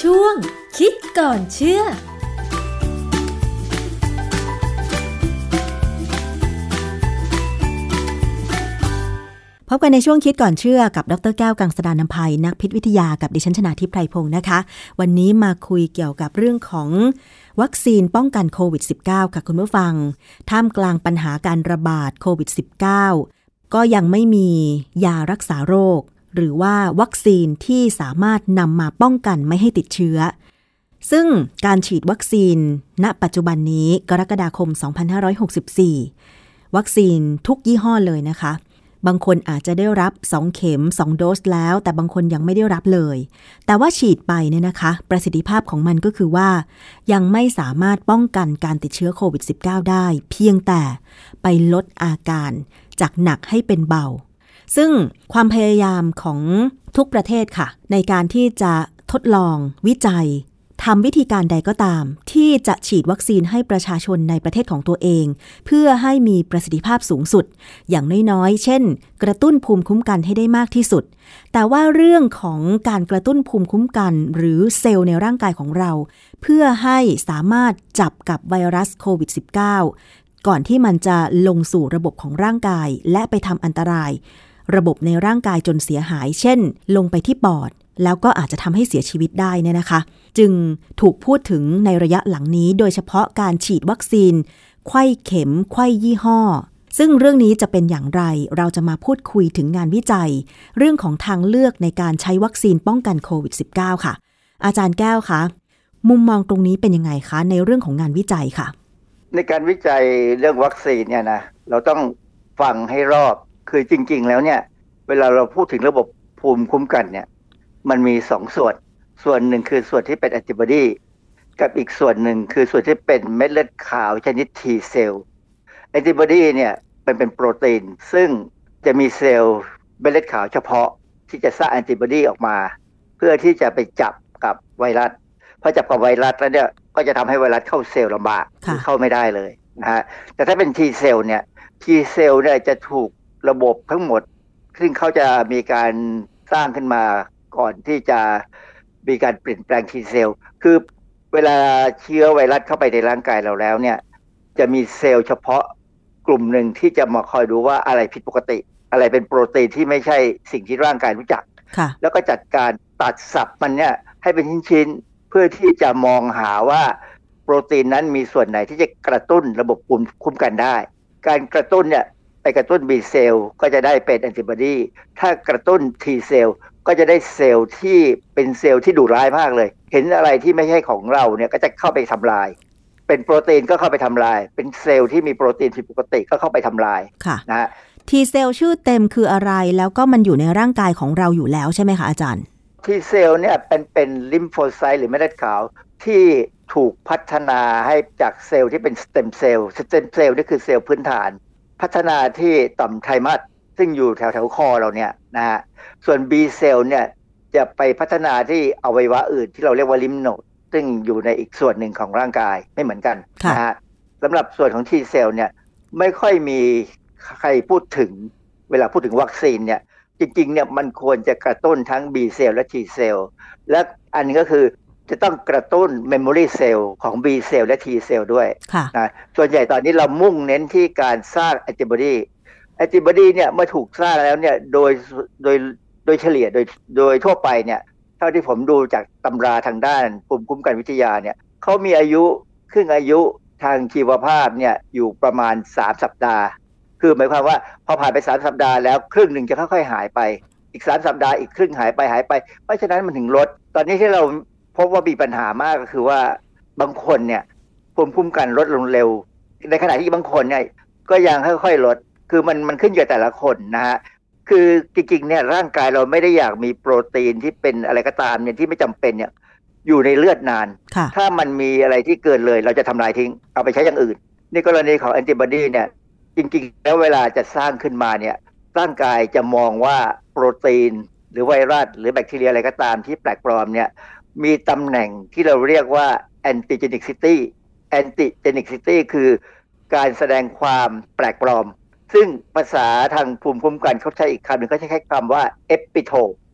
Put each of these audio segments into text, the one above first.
ช่วงคิดก่อนเชื่อพบกันในช่วงคิดก่อนเชื่อกับดร.แก้วกังสดาลอำไพนักพิษวิทยากับดิฉันชนาทิพย์ไพรพงศ์นะคะวันนี้มาคุยเกี่ยวกับเรื่องของวัคซีนป้องกันโควิด -19 ค่ะคุณผู้ฟังท่ามกลางปัญหาการระบาดโควิด -19 ก็ยังไม่มียารักษาโรคหรือว่าวัคซีนที่สามารถนำมาป้องกันไม่ให้ติดเชื้อซึ่งการฉีดวัคซีนณปัจจุบันนี้กรกฎาคม 2564 วัคซีนทุกยี่ห้อเลยนะคะบางคนอาจจะได้รับ2เข็ม2โดสแล้วแต่บางคนยังไม่ได้รับเลยแต่ว่าฉีดไปเนี่ยนะคะประสิทธิภาพของมันก็คือว่ายังไม่สามารถป้องกันการติดเชื้อโควิด -19 ได้เพียงแต่ไปลดอาการจากหนักให้เป็นเบาซึ่งความพยายามของทุกประเทศค่ะในการที่จะทดลองวิจัยทำวิธีการใดก็ตามที่จะฉีดวัคซีนให้ประชาชนในประเทศของตัวเองเพื่อให้มีประสิทธิภาพสูงสุดอย่างน้อยๆเช่นกระตุ้นภูมิคุ้มกันให้ได้มากที่สุดแต่ว่าเรื่องของการกระตุ้นภูมิคุ้มกันหรือเซลล์ในร่างกายของเราเพื่อให้สามารถจับกับไวรัสโควิด -19 ก่อนที่มันจะลงสู่ระบบของร่างกายและไปทำอันตรายระบบในร่างกายจนเสียหายเช่นลงไปที่ปอดแล้วก็อาจจะทำให้เสียชีวิตได้เนี่ยนะคะจึงถูกพูดถึงในระยะหลังนี้โดยเฉพาะการฉีดวัคซีนไข้เข็มไข้ยี่ห้อซึ่งเรื่องนี้จะเป็นอย่างไรเราจะมาพูดคุยถึงงานวิจัยเรื่องของทางเลือกในการใช้วัคซีนป้องกันโควิด -19 ค่ะอาจารย์แก้วคะมุมมองตรงนี้เป็นยังไงคะในเรื่องของงานวิจัยค่ะในการวิจัยเรื่องวัคซีนเนี่ยนะเราต้องฟังให้รอบคือจริงๆแล้วเนี่ยเวลาเราพูดถึงระบบภูมิคุ้มกันเนี่ยมันมี2ส่วนหนึ่งคือส่วนที่เป็นแอนติบอดีกับอีกส่วนหนึ่งคือส่วนที่เป็นเม็ดเลือดขาวชนิด T เซลล์แอนติบอดีเนี่ยเป็นโปรตีนซึ่งจะมีเซลล์เม็ดเลือดขาวเฉพาะที่จะสร้างแอนติบอดีออกมาเพื่อที่จะไปจับกับไวรัสพอจับกับไวรัสแล้วเนี่ยก็จะทำให้ไวรัสเข้าเซลล์ลำบากเข้าไม่ได้เลยนะฮะแต่ถ้าเป็น T เซลล์เนี่ย T เซลล์เนี่ยจะถูกระบบทั้งหมดซึ่งเขาจะมีการสร้างขึ้นมาก่อนที่จะมีการเปลี่ยนแปลง T เซลล์คือเวลาเชื้อไวรัสเข้าไปในร่างกายเราแล้วเนี่ยจะมีเซลล์เฉพาะกลุ่มหนึ่งที่จะมาคอยดูว่าอะไรผิดปกติอะไรเป็นโปรตีนที่ไม่ใช่สิ่งที่ร่างกายรู้จักแล้วก็จัดการตัดสับมันเนี่ยให้เป็นชิ้นๆเพื่อที่จะมองหาว่าโปรตีนนั้นมีส่วนไหนที่จะกระตุ้นระบบภูมิคุ้มกันได้การกระตุ้นเนี่ยไปกระตุ้น B เซลล์ก็จะได้เป็นแอนติบอดีถ้ากระตุ้น T เซลล์ก็จะได้เซลล์ที่เป็นเซลล์ที่ดุร้ายมากเลยเห็นอะไรที่ไม่ใช่ของเราเนี่ยก็จะเข้าไปทำลายเป็นโปรตีนก็เข้าไปทำลายเป็นเซลล์ที่มีโปรตีนผิดปกติก็เข้าไปทำลายนะ T เซลล์ชื่อเต็มคืออะไรแล้วก็มันอยู่ในร่างกายของเราอยู่แล้วใช่ไหมคะอาจารย์ T เซลล์เนี่ยเป็นลิมโฟไซต์หรือเม็ดเลือดขาวที่ถูกพัฒนาให้จากเซลล์ที่เป็นสเต็มเซลล์นี่คือเซลล์พื้นฐานพัฒนาที่ต่อมไทมัสซึ่งอยู่แถวคอเราเนี่ยนะฮะส่วน B เซลล์เนี่ยจะไปพัฒนาที่อวัยวะอื่นที่เราเรียกว่าลิมโนดซึ่งอยู่ในอีกส่วนหนึ่งของร่างกายไม่เหมือนกันนะฮะสำหรับส่วนของ T เซลล์เนี่ยไม่ค่อยมีใครพูดถึงเวลาพูดถึงวัคซีนเนี่ยจริงๆเนี่ยมันควรจะกระตุ้นทั้ง B เซลล์และ T เซลล์และอันนี้ก็คือจะต้องกระตุ้น memory cell ของ B เซลล์และ T เซลล์ด้วยนะส่วนใหญ่ตอนนี้เรามุ่งเน้นที่การสร้างแอนติบอดีเนี่ยเมื่อถูกสร้างแล้วเนี่ยโดยเฉลี่ยโดยทั่วไปเนี่ยเท่าที่ผมดูจากตำราทางด้านภูมิคุ้มกันวิทยาเนี่ยเขามีอายุครึ่งอายุทางชีวภาพเนี่ยอยู่ประมาณ3สัปดาห์คือหมายความว่าพอผ่านไป3สัปดาห์แล้วครึ่งหนึ่งจะค่อยๆหายไปอีก3สัปดาห์อีกครึ่งหายไปเพราะฉะนั้นมันถึงลดตอนนี้ที่เราพบว่ามีปัญหามากก็คือว่าบางคนเนี่ยภูมิคุ้มกันลดลงเร็วในขณะที่บางคนเนี่ยก็ยังค่อยๆลดคือมันขึ้นอยู่แต่ละคนนะฮะคือจริงๆเนี่ยร่างกายเราไม่ได้อยากมีโปรตีนที่เป็นอะไรก็ตามเนี่ยที่ไม่จำเป็นเนี่ยอยู่ในเลือดนานถ้ามันมีอะไรที่เกินเลยเราจะทำลายทิ้งเอาไปใช้อย่างอื่นนี่กรณีของแอนติบอดีเนี่ยจริงๆแล้วเวลาจะสร้างขึ้นมาเนี่ยร่างกายจะมองว่าโปรตีนหรือไวรัสหรือแบคทีเรียอะไรก็ตามที่แปลกปลอมเนี่ยมีตำแหน่งที่เราเรียกว่า antigenicity คือการแสดงความแปลกปลอมซึ่งภาษาทางภูมิคุ้มกันเขาใช้อีกคำหนึ่งเขาใช้คำว่า epitope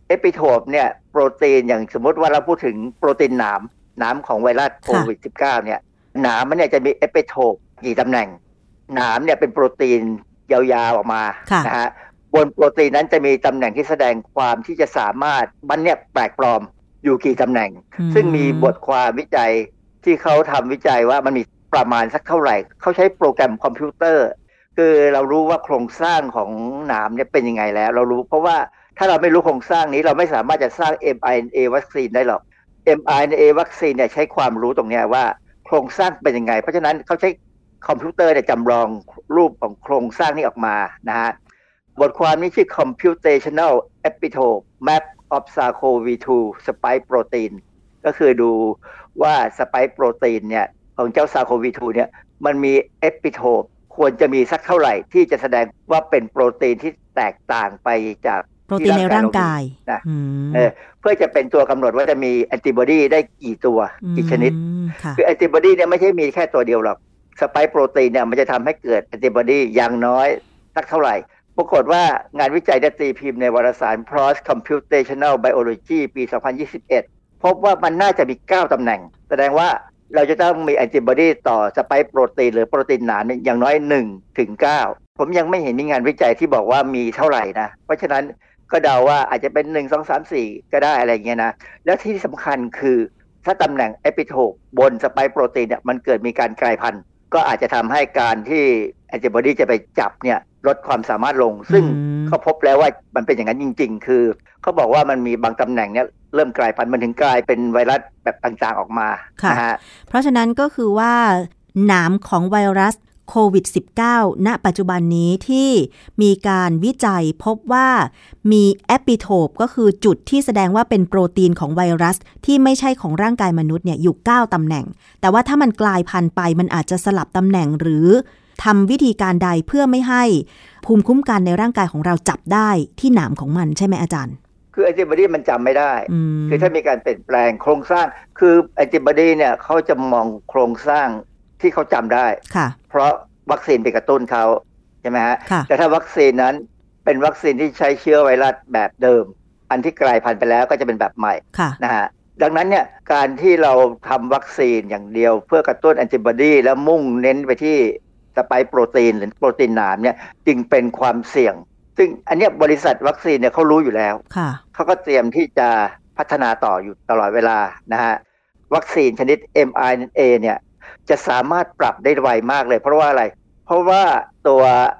เอปิโทปเนี่ยโปรตีนอย่างสมมติว่าเราพูดถึงโปรตีนหนามของไวรัสโควิด -19 เนี่ยหนามมันเนี่ยจะมีเอปิโทปกี่ตำแหน่งหนามเนี่ยเป็นโปรตีนยาวๆออกมานะฮะบนโปรตีนนั้นจะมีตำแหน่งที่แสดงความที่จะสามารถมันเนี่ยแปลกปลอมอยู่กี่ตำแหน่งซึ่งมีบทความวิจัยที่เขาทำวิจัยว่ามันมีประมาณสักเท่าไหร่เขาใช้โปรแกรมคอมพิวเตอร์คือเรารู้ว่าโครงสร้างของหนามเนี่ยเป็นยังไงแล้วเรารู้เพราะว่าถ้าเราไม่รู้โครงสร้างนี้เราไม่สามารถจะสร้าง mRNA วัคซีนได้หรอก mRNA วัคซีนเนี่ยใช้ความรู้ตรงนี้ว่าโครงสร้างเป็นยังไงเพราะฉะนั้นเขาใช้คอมพิวเตอร์เนี่ยจำลองรูปของโครงสร้างนี้ออกมานะฮะบทความนี้ชื่อ Computational Epitope Map of SARS-CoV-2 Spike Protein ก็คือดูว่า Spike Protein เนี่ยของเจ้า SARS-CoV-2 เนี่ยมันมี Epitope ควรจะมีสักเท่าไหร่ที่จะแสดงว่าเป็นโปรตีนที่แตกต่างไปจากโปรตีนในร่างกายนะเพื่อจะเป็นตัวกำหนดว่าจะมีแอนติบอดีได้กี่ตัวกี่ชนิดคือแอนติบอดีเนี่ยไม่ใช่มีแค่ตัวเดียวหรอกสไปค์โปรตีนเนี่ยมันจะทำให้เกิดแอนติบอดีอย่างน้อยสักเท่าไหร่ปรากฏว่างานวิจัยได้ตีพิมพ์ในวารสาร PLOS Computational Biology ปี 2021 พบว่ามันน่าจะมี9ตำแหน่งแสดงว่าเราจะต้องมีแอนติบอดีต่อสไปค์โปรตีนหรือโปรตีนหนามอย่างน้อย1ถึง9ผมยังไม่เห็นมีงานวิจัยที่บอกว่ามีเท่าไหร่นะเพราะฉะนั้นก็เดาว่าอาจจะเป็น1 2 3 4ก็ได้อะไรเงี้ยนะแล้วที่สำคัญคือถ้าตำแหน่งเอปิโทปบนสไปค์โปรตีนเนี่ยมันเกิดมีการกลายพันธุ์ก็อาจจะทำให้การที่แอนติบอดีจะไปจับเนี่ยลดความสามารถลงซึ่งเขาพบแล้วว่ามันเป็นอย่างนั้นจริงๆคือเขาบอกว่ามันมีบางตำแหน่งเนี่ยเริ่มกลายพันธุ์มันถึงกลายเป็นไวรัสแบบต่างๆออกมานะฮะเพราะฉะนั้นก็คือว่าหนามของไวรัสโควิด -19 ณ ปัจจุบันนี้ที่มีการวิจัยพบว่ามีแอปิโทปก็คือจุดที่แสดงว่าเป็นโปรตีนของไวรัสที่ไม่ใช่ของร่างกายมนุษย์เนี่ยอยู่9ตำแหน่งแต่ว่าถ้ามันกลายพันธุ์ไปมันอาจจะสลับตำแหน่งหรือทำวิธีการใดเพื่อไม่ให้ภูมิคุ้มกันในร่างกายของเราจับได้ที่หนามของมันใช่ไหมอาจารย์คือแอนติบอดีมันจำไม่ได้คือถ้ามีการเปลี่ยนแปลงโครงสร้างคือแอนติบอดีเนี่ยเขาจะมองโครงสร้างที่เขาจำได้เพราะวัคซีนไปกระตุ้นเขาใช่ไหมฮะแต่ถ้าวัคซีนนั้นเป็นวัคซีนที่ใช้เชื้อไวรัสแบบเดิมอันที่กลายพันธุ์ไปแล้วก็จะเป็นแบบใหม่นะฮะดังนั้นเนี่ยการที่เราทำวัคซีนอย่างเดียวเพื่อกระตุ้นแอนติบอดีแล้วมุ่งเน้นไปที่สไปค์โปรตีนหรือโปรตีนหนามเนี่ยจึงเป็นความเสี่ยงซึ่งอันนี้บริษัทวัคซีนเนี่ยเขารู้อยู่แล้วเขาก็เตรียมที่จะพัฒนาต่ออยู่ตลอดเวลานะฮะวัคซีนชนิด mRNA เนี่ยจะสามารถปรับได้ไวมากเลยเพราะว่าอะไรเพราะว่าตัว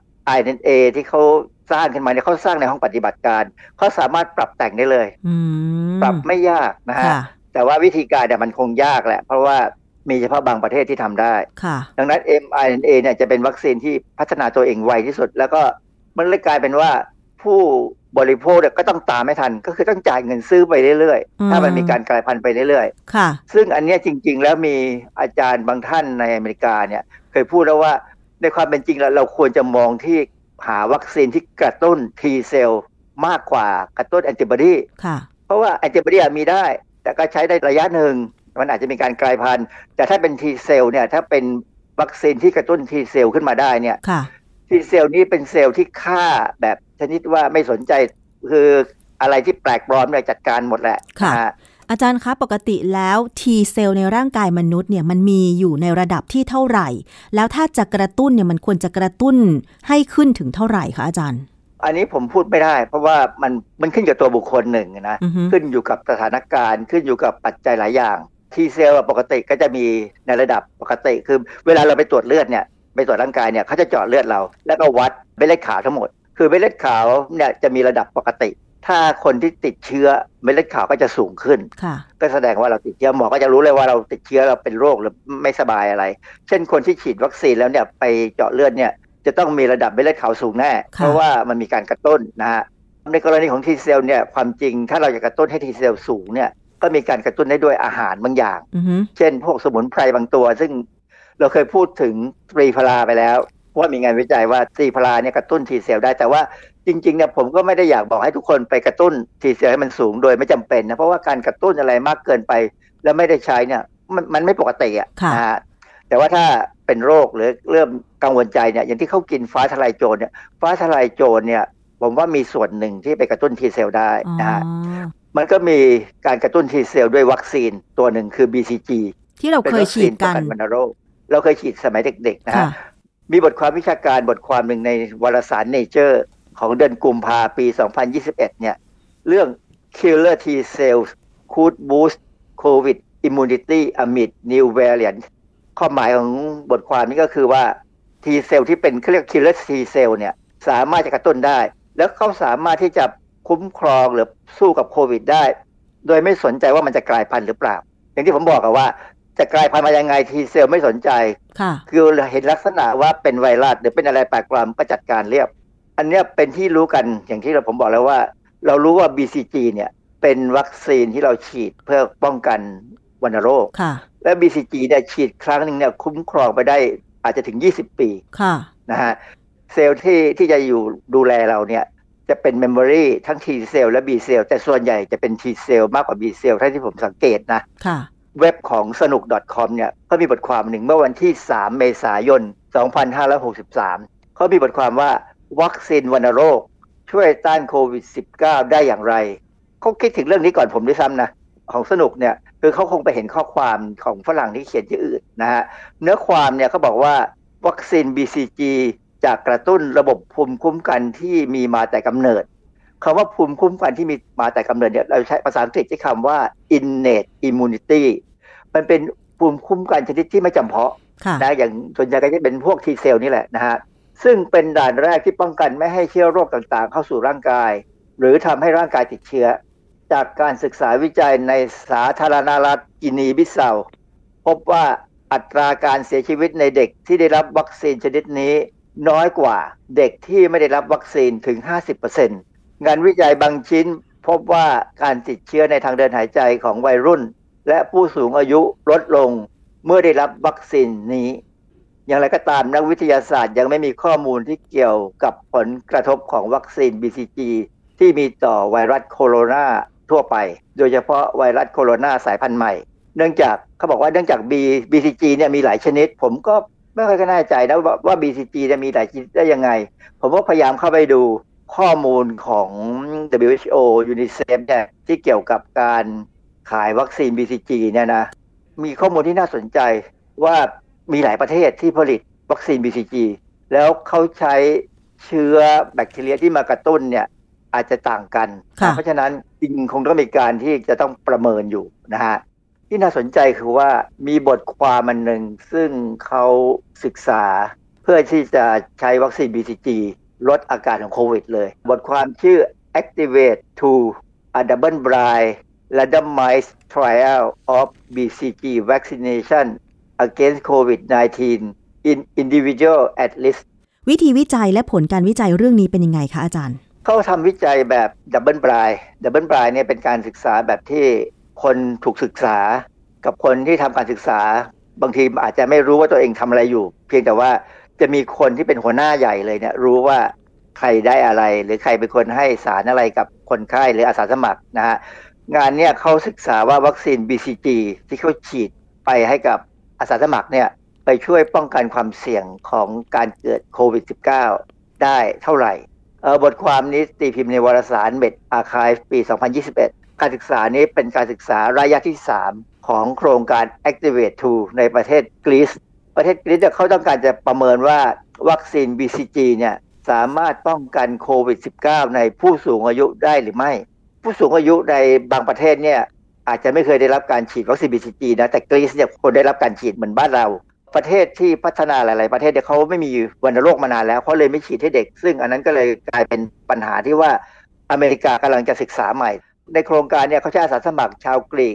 RNA ที่เขาสร้างขึ้นมาเนี่ยเขาสร้างในห้องปฏิบัติการเขาสามารถปรับแต่งได้เลยปรับไม่ยากนะฮะแต่ว่าวิธีการเนี่ยมันคงยากแหละเพราะว่ามีเฉพาะบางประเทศที่ทำได้ดังนั้น mRNA เนี่ยจะเป็นวัคซีนที่พัฒนาตัวเองไวที่สุดแล้วก็มันเลยกลายเป็นว่าผู้บริโภคก็ต้องตามไม่ทันก็คือต้องจ่ายเงินซื้อไปเรื่อยๆถ้ามันมีการกลายพันธุ์ไปเรื่อยๆซึ่งอันนี้จริงๆแล้วมีอาจารย์บางท่านในอเมริกาเนี่ยเคยพูดแล้วว่าในความเป็นจริงแล้วเราควรจะมองที่หาวัคซีนที่กระตุ้น T เซลล์มากกว่ากระตุ้นแอนติบอดีเพราะว่าแอนติบอดีมีได้แต่ก็ใช้ได้ระยะหนึ่งมันอาจจะมีการกลายพันธุ์แต่ถ้าเป็น T เซลล์เนี่ยถ้าเป็นวัคซีนที่กระตุ้น T เซลล์ขึ้นมาได้เนี่ยT เซลล์นี้เป็นเซลล์ที่ฆ่าแบบชนิดว่าไม่สนใจคืออะไรที่แปลกปลอมเนี่ยจัดการหมดแหละอาจารย์คะปกติแล้ว T เซลล์ในร่างกายมนุษย์เนี่ยมันมีอยู่ในระดับที่เท่าไหร่แล้วถ้าจะกระตุ้นเนี่ยมันควรจะกระตุ้นให้ขึ้นถึงเท่าไหร่คะอาจารย์อันนี้ผมพูดไม่ได้เพราะว่ามันขึ้นกับตัวบุคคลหนึ่งนะขึ้นอยู่กับสถานการณ์ขึ้นอยู่กับปัจจัยหลายอย่าง T เซลล์ปกติก็จะมีในระดับปกติคือเวลาเราไปตรวจเลือดเนี่ยไปตรวจร่างกายเนี่ยเขาจะเจาะเลือดเราแล้วก็วัดเม็ดเลือดขาวทั้งหมดคือเม็ดเลือดขาวเนี่ยจะมีระดับปกติถ้าคนที่ติดเชื้อเม็ดเลือดขาวก็จะสูงขึ้นก็แสดงว่าเราติดเชื้อหมอก็จะรู้เลยว่าเราติดเชื้อเราเป็นโรคหรือไม่สบายอะไรเช่นคนที่ฉีดวัคซีนแล้วเนี่ยไปเจาะเลือดเนี่ยจะต้องมีระดับเม็ดเลือดขาวสูงแน่เพราะว่ามันมีการกระตุ้นนะฮะในกรณีของ T เซลล์เนี่ยความจริงถ้าเราจะกระตุ้นให้ T เซลล์สูงเนี่ยก็มีการกระตุ้นได้ด้วยอาหารบางอย่างเช่นพวกสมุนไพรบางตัวซึ่งเราเคยพูดถึงตรีพลาไปแล้วว่ามีงานวิจัยว่าตรีพลาเนี่ยกระตุ้น T เซลล์ได้แต่ว่าจริงๆเนี่ยผมก็ไม่ได้อยากบอกให้ทุกคนไปกระตุ้น T เซลล์ให้มันสูงโดยไม่จำเป็นนะเพราะว่าการกระตุ้นอะไรมากเกินไปแล้วไม่ได้ใช้เนี่ยมันไม่ปกติอ่ะนะฮะแต่ว่าถ้าเป็นโรคหรือเริ่มกังวลใจเนี่ยอย่างที่เขากินฟ้าทลายโจรเนี่ยฟ้าทลายโจรเนี่ยผมว่ามีส่วนหนึ่งที่ไปกระตุ้น T เซลล์ได้นะฮะมันก็มีการกระตุ้น T เซลล์ด้วยวัคซีนตัวหนึ่งคือ BCG ที่เราเคยฉีดกันวัณโรคเราเคยฉีดสมัยเด็กๆนะฮะมีบทความวิชาการบทความหนึ่งในวารสาร Nature ของเดือนกุมภาพันธ์ปี 2021 เนี่ยเรื่อง Killer T cells could boost COVID immunity amid new variant ข้อหมายของบทความนี้ก็คือว่า T เซลล์ที่เป็นเขาเรียก Killer T cell เนี่ยสามารถจะกระตุ้นได้แล้วเขาสามารถที่จะคุ้มครองหรือสู้กับโควิดได้โดยไม่สนใจว่ามันจะกลายพันธุ์หรือเปล่าอย่างที่ผมบอกว่าจะกลายพันธุ์มายังไง T เซลล์ไม่สนใจคือเห็นลักษณะว่าเป็นไวรัสหรือเป็นอะไรแปลกปลอมก็จัดการเรียบอันนี้เป็นที่รู้กันอย่างที่ผมบอกแล้วว่าเรารู้ว่า BCG เนี่ยเป็นวัคซีนที่เราฉีดเพื่อป้องกันวัณโรคและ BCG เนี่ยฉีดครั้งนึงเนี่ยคุ้มครองไปได้อาจจะถึง20 ปีนะฮะเซลล์ที่จะอยู่ดูแลเราเนี่ยจะเป็นเมมโมรีทั้ง T เซลล์และ B เซลล์แต่ส่วนใหญ่จะเป็น T เซลล์มากกว่า B เซลล์เท่าที่ผมสังเกตนะเว็บของสนุก .com เนี่ยก็มีบทความหนึ่งเมื่อวันที่3เมษายน2563เขามีบทความว่าวัคซีนวัณโรคช่วยต้านโควิด -19 ได้อย่างไรเขาคิดถึงเรื่องนี้ก่อนผมด้วยซ้ำนะของสนุกเนี่ยคือเขาคงไปเห็นข้อความของฝรั่งที่เขียนที่อื่นนะฮะเนื้อความเนี่ยเขาบอกว่าวัคซีน BCG จะกระตุ้นระบบภูมิคุ้มกันที่มีมาแต่กำเนิดคำว่าภูมิคุ้มกันที่มีมาแต่กำเนิดเนี่ยเราใช้ภาษาอังกฤษใช้คำว่า innate immunity มันเป็นภูมิคุ้มกันชนิดที่ไม่จำเพาะนะอย่างส่วนใหญ่ก็จะเป็นพวก T เซลล์นี่แหละนะฮะซึ่งเป็นด่านแรกที่ป้องกันไม่ให้เชื้อโรคต่างๆเข้าสู่ร่างกายหรือทำให้ร่างกายติดเชื้อจากการศึกษาวิจัยในสาธารณรัฐกินีบิสเซาพบว่าอัตราการเสียชีวิตในเด็กที่ได้รับวัคซีนชนิดนี้น้อยกว่าเด็กที่ไม่ได้รับวัคซีนถึง 50% งานวิจัยบางชิ้นพบว่าการติดเชื้อในทางเดินหายใจของวัยรุ่นและผู้สูงอายุลดลงเมื่อได้รับวัคซีนนี้อย่างไรก็ตามนักวิทยาศาสตร์ยังไม่มีข้อมูลที่เกี่ยวกับผลกระทบของวัคซีน BCG ที่มีต่อไวรัสโคโรนาทั่วไปโดยเฉพาะไวรัสโคโรนาสายพันธุ์ใหม่เนื่องจากเขาบอกว่าเนื่องจาก BCG เนี่ยมีหลายชนิดผมก็ไม่ค่อยแน่ใจนะว่า BCG จะมีหลายชนิดได้ยังไงผมก็พยายามเข้าไปดูข้อมูลของ WHO UNICEF เนี่ยที่เกี่ยวกับการขายวัคซีน BCG เนี่ยนะมีข้อมูลที่น่าสนใจว่ามีหลายประเทศที่ผลิตวัคซีน BCG แล้วเขาใช้เชื้อแบคทีเรียที่มากระตุ้นเนี่ยอาจจะต่างกันเพราะฉะนั้นจริงคงต้องมีการที่จะต้องประเมินอยู่นะฮะที่น่าสนใจคือว่ามีบทความอันหนึ่งซึ่งเขาศึกษาเพื่อที่จะใช้วัคซีน BCG ลดอาการของโควิดเลยบทความชื่อ Activate to a double-blind randomized trial of BCG vaccination against COVID-19 in individual at risk วิธีวิจัยและผลการวิจัยเรื่องนี้เป็นยังไงคะอาจารย์เขาทำวิจัยแบบดับเบิลบลายเนี่ยเป็นการศึกษาแบบที่คนถูกศึกษากับคนที่ทำการศึกษาบางทีอาจจะไม่รู้ว่าตัวเองทำอะไรอยู่เพียงแต่ว่าจะมีคนที่เป็นหัวหน้าใหญ่เลยเนี่ยรู้ว่าใครได้อะไรหรือใครเป็นคนให้สารอะไรกับคนไข้หรืออาสาสมัครนะฮะงานเนี่ยเขาศึกษาว่าวัคซีน BCG ที่เขาฉีดไปให้กับอาสาสมัครเนี่ยไปช่วยป้องกันความเสี่ยงของการเกิดโควิด -19 ได้เท่าไหร่บทความนี้ตีพิมพ์ในวารสาร Med Archive ปี 2021 การศึกษานี้เป็นการศึกษาระยะที่ 3 ของโครงการ Activate 2 ในประเทศกรีซเขาต้องการจะประเมินว่าวัคซีน BCG เนี่ยสามารถป้องกันโควิด -19 ในผู้สูงอายุได้หรือไม่ผู้สูงอายุในบางประเทศเนี่ยอาจจะไม่เคยได้รับการฉีดวัคซีน BCG นะแต่กรีซเนี่ยคนได้รับการฉีดเหมือนบ้านเราประเทศที่พัฒนาหลายๆประเทศเนี่ยเขาไม่มีวัณโรคมานานแล้วเขาเลยไม่ฉีดให้เด็กซึ่งอันนั้นก็เลยกลายเป็นปัญหาที่ว่าอเมริกากำลังจะศึกษาใหม่ในโครงการเนี่ยเขาใช้อาสาสมัครชาวกรีก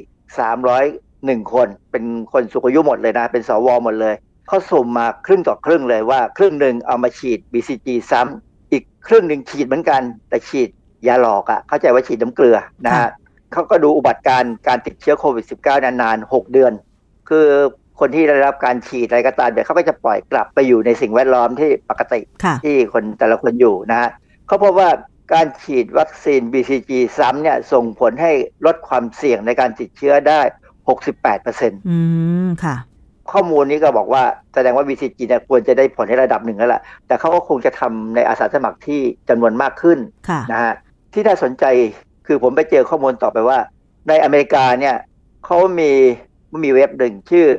301คนเป็นคนสูงอายุหมดเลยนะเป็นสวหมดเลยเขาสุ่มมาครึ่งต่อครึ่งเลยว่าครึ่งนึงเอามาฉีด BCG ซ้ำอีกครึ่งนึงฉีดเหมือนกันแต่ฉีดยาหลอกเข้าใจว่าฉีดน้ำเกลือนะฮะเขาก็ดูอุบัติการติดเชื้อโควิด -19 นานๆ6 เดือนคือคนที่ได้รับการฉีดอะไรก็ตามเดี๋ยวเขาก็จะปล่อยกลับไปอยู่ในสิ่งแวดล้อมที่ปกติที่คนแต่ละคนอยู่นะฮะเขาพบว่าการฉีดวัคซีน BCG ซ้ำเนี่ยส่งผลให้ลดความเสี่ยงในการติดเชื้อได้ 68% ค่ะข้อมูลนี้ก็บอกว่าแสดงว่า BCG เนี่ยควรจะได้ผลในระดับหนึ่งแล้วล่ะแต่เขาก็คงจะทำในอาสาสมัครที่จำนวนมากขึ้นนะฮะที่น่าสนใจคือผมไปเจอข้อมูลต่อไปว่าในอเมริกาเนี่ยเขามีเว็บหนึ่งชื่อ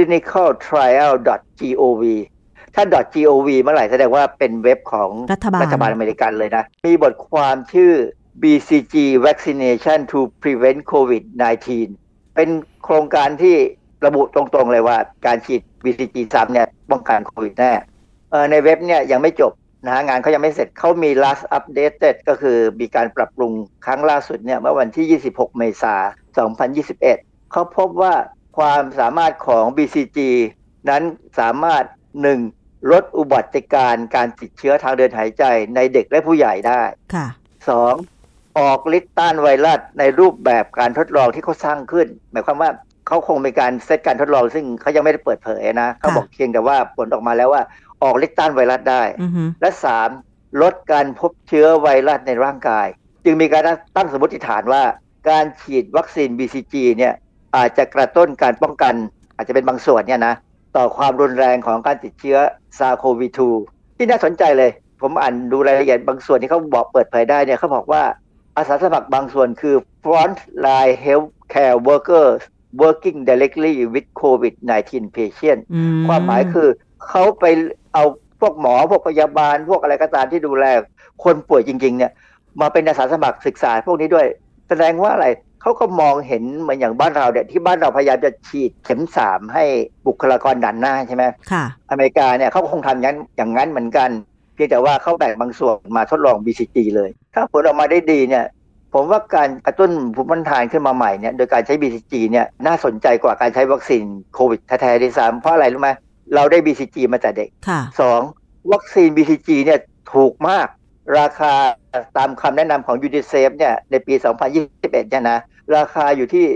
clinicaltrial.gov ถ้า .gov เมื่อไหร่แสดงว่าเป็นเว็บของรัฐบาลอเมริกันเลยนะมีบทความชื่อ BCG Vaccination to Prevent COVID-19 เป็นโครงการที่ระบุตรงๆเลยว่าการฉีด BCG ซ้ำเนี่ยป้องกันโควิดแน่ในเว็บเนี่ยยังไม่จบนะฮะงานเขายังไม่เสร็จเขามี last updated ก็คือมีการปรับปรุงครั้งล่าสุดเนี่ยเมื่อวันที่26เมษายน2021เขาพบว่าความสามารถของ BCG นั้นสามารถ 1. ลดอุบัติการติดเชื้อทางเดินหายใจในเด็กและผู้ใหญ่ได้ 2. ออกฤทธิ์ต้านไวรัสในรูปแบบการทดลองที่เขาสร้างขึ้นหมายความว่าเขาคงมีการเซตการทดลองซึ่งเขายังไม่ได้เปิดเผยนะเขาบอกเพียงแต่ว่าผลออกมาแล้วว่าออกฤทธิ์ต้านไวรัสได้ และ 3. ลดการพบเชื้อไวรัสในร่างกายจึงมีการตั้งสมมติฐานว่าการฉีดวัคซีน BCG เนี่ยอาจจะกระตุ้นการป้องกันอาจจะเป็นบางส่วนเนี่ยนะต่อความรุนแรงของการติดเชื้อ SARS-CoV-2 ที่น่าสนใจเลยผมอ่านดูรายละเอียดบางส่วนที่เขาบอกเปิดเผยได้เนี่ยเขาบอกว่าอาสาสมัครบางส่วนคือ Frontline Healthcare Workers working directly with COVID-19 patient ความหมายคือเขาไปเอาพวกหมอพวกพยาบาลพวกอะไรก็ตามที่ดูแลคนป่วยจริงๆเนี่ยมาเป็นอาสาสมัครศึกษาพวกนี้ด้วยแสดงว่าอะไรเขาก็มองเห็นเหมือนอย่างบ้านเราเนี่ยที่บ้านเราพยายามจะฉีดเข็ม3ให้บุคลากรด่านหน้าใช่ไหมค่ะอเมริกาเนี่ยเขาคงทำอย่างนั้นเหมือนกันเพียงแต่ว่าเขาแบ่งบางส่วนมาทดลอง BCG เลยถ้าผลออกมาได้ดีเนี่ยผมว่าการกระตุ้นภูมิคุ้มกันขึ้นมาใหม่เนี่ยโดยการใช้ BCG เนี่ยน่าสนใจกว่าการใช้วัคซีนโควิดแท้ๆด้วยซ้ำเพราะอะไรรู้ไหมเราได้ BCG มาแต่เด็ก 2. วัคซีน BCG เนี่ยถูกมากราคาตามคำแนะนำของ UNICEF เนี่ยในปี 2021 เนี่ยนะราคาอยู่ที่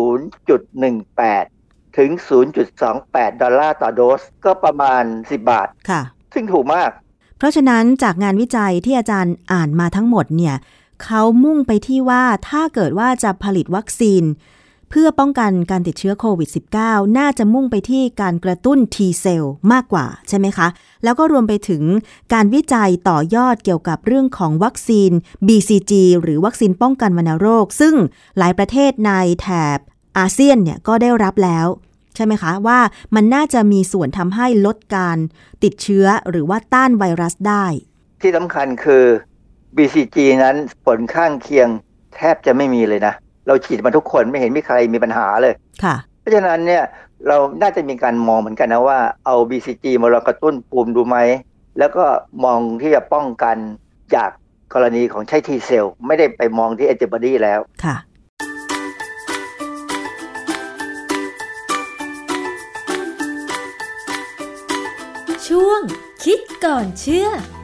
0.18 ถึง 0.28 ดอลลาร์ต่อโดสก็ประมาณ10 บาทค่ะซึ่งถูกมากเพราะฉะนั้นจากงานวิจัยที่อาจารย์อ่านมาทั้งหมดเนี่ยเขามุ่งไปที่ว่าถ้าเกิดว่าจะผลิตวัคซีนเพื่อป้องกันการติดเชื้อโควิด -19 น่าจะมุ่งไปที่การกระตุ้น T เซลล์มากกว่าใช่ไหมคะแล้วก็รวมไปถึงการวิจัยต่อยอดเกี่ยวกับเรื่องของวัคซีน BCG หรือวัคซีนป้องกันวัณโรคซึ่งหลายประเทศในแถบอาเซียนเนี่ยก็ได้รับแล้วใช่ไหมคะว่ามันน่าจะมีส่วนทำให้ลดการติดเชื้อหรือว่าต้านไวรัสได้ที่สำคัญคือ BCG นั้นผลข้างเคียงแทบจะไม่มีเลยนะเราฉีดมาทุกคนไม่เห็นมีใครมีปัญหาเลยค่ะเพราะฉะนั้นเนี่ยเราน่าจะมีการมองเหมือนกันนะว่าเอา BCG มาลองกระตุ้นภูมิดูไหมแล้วก็มองที่จะป้องกันจากกรณีของใช้ T เซลล์ไม่ได้ไปมองที่ antibody แล้วค่ะช่วงคิดก่อนเชื่อ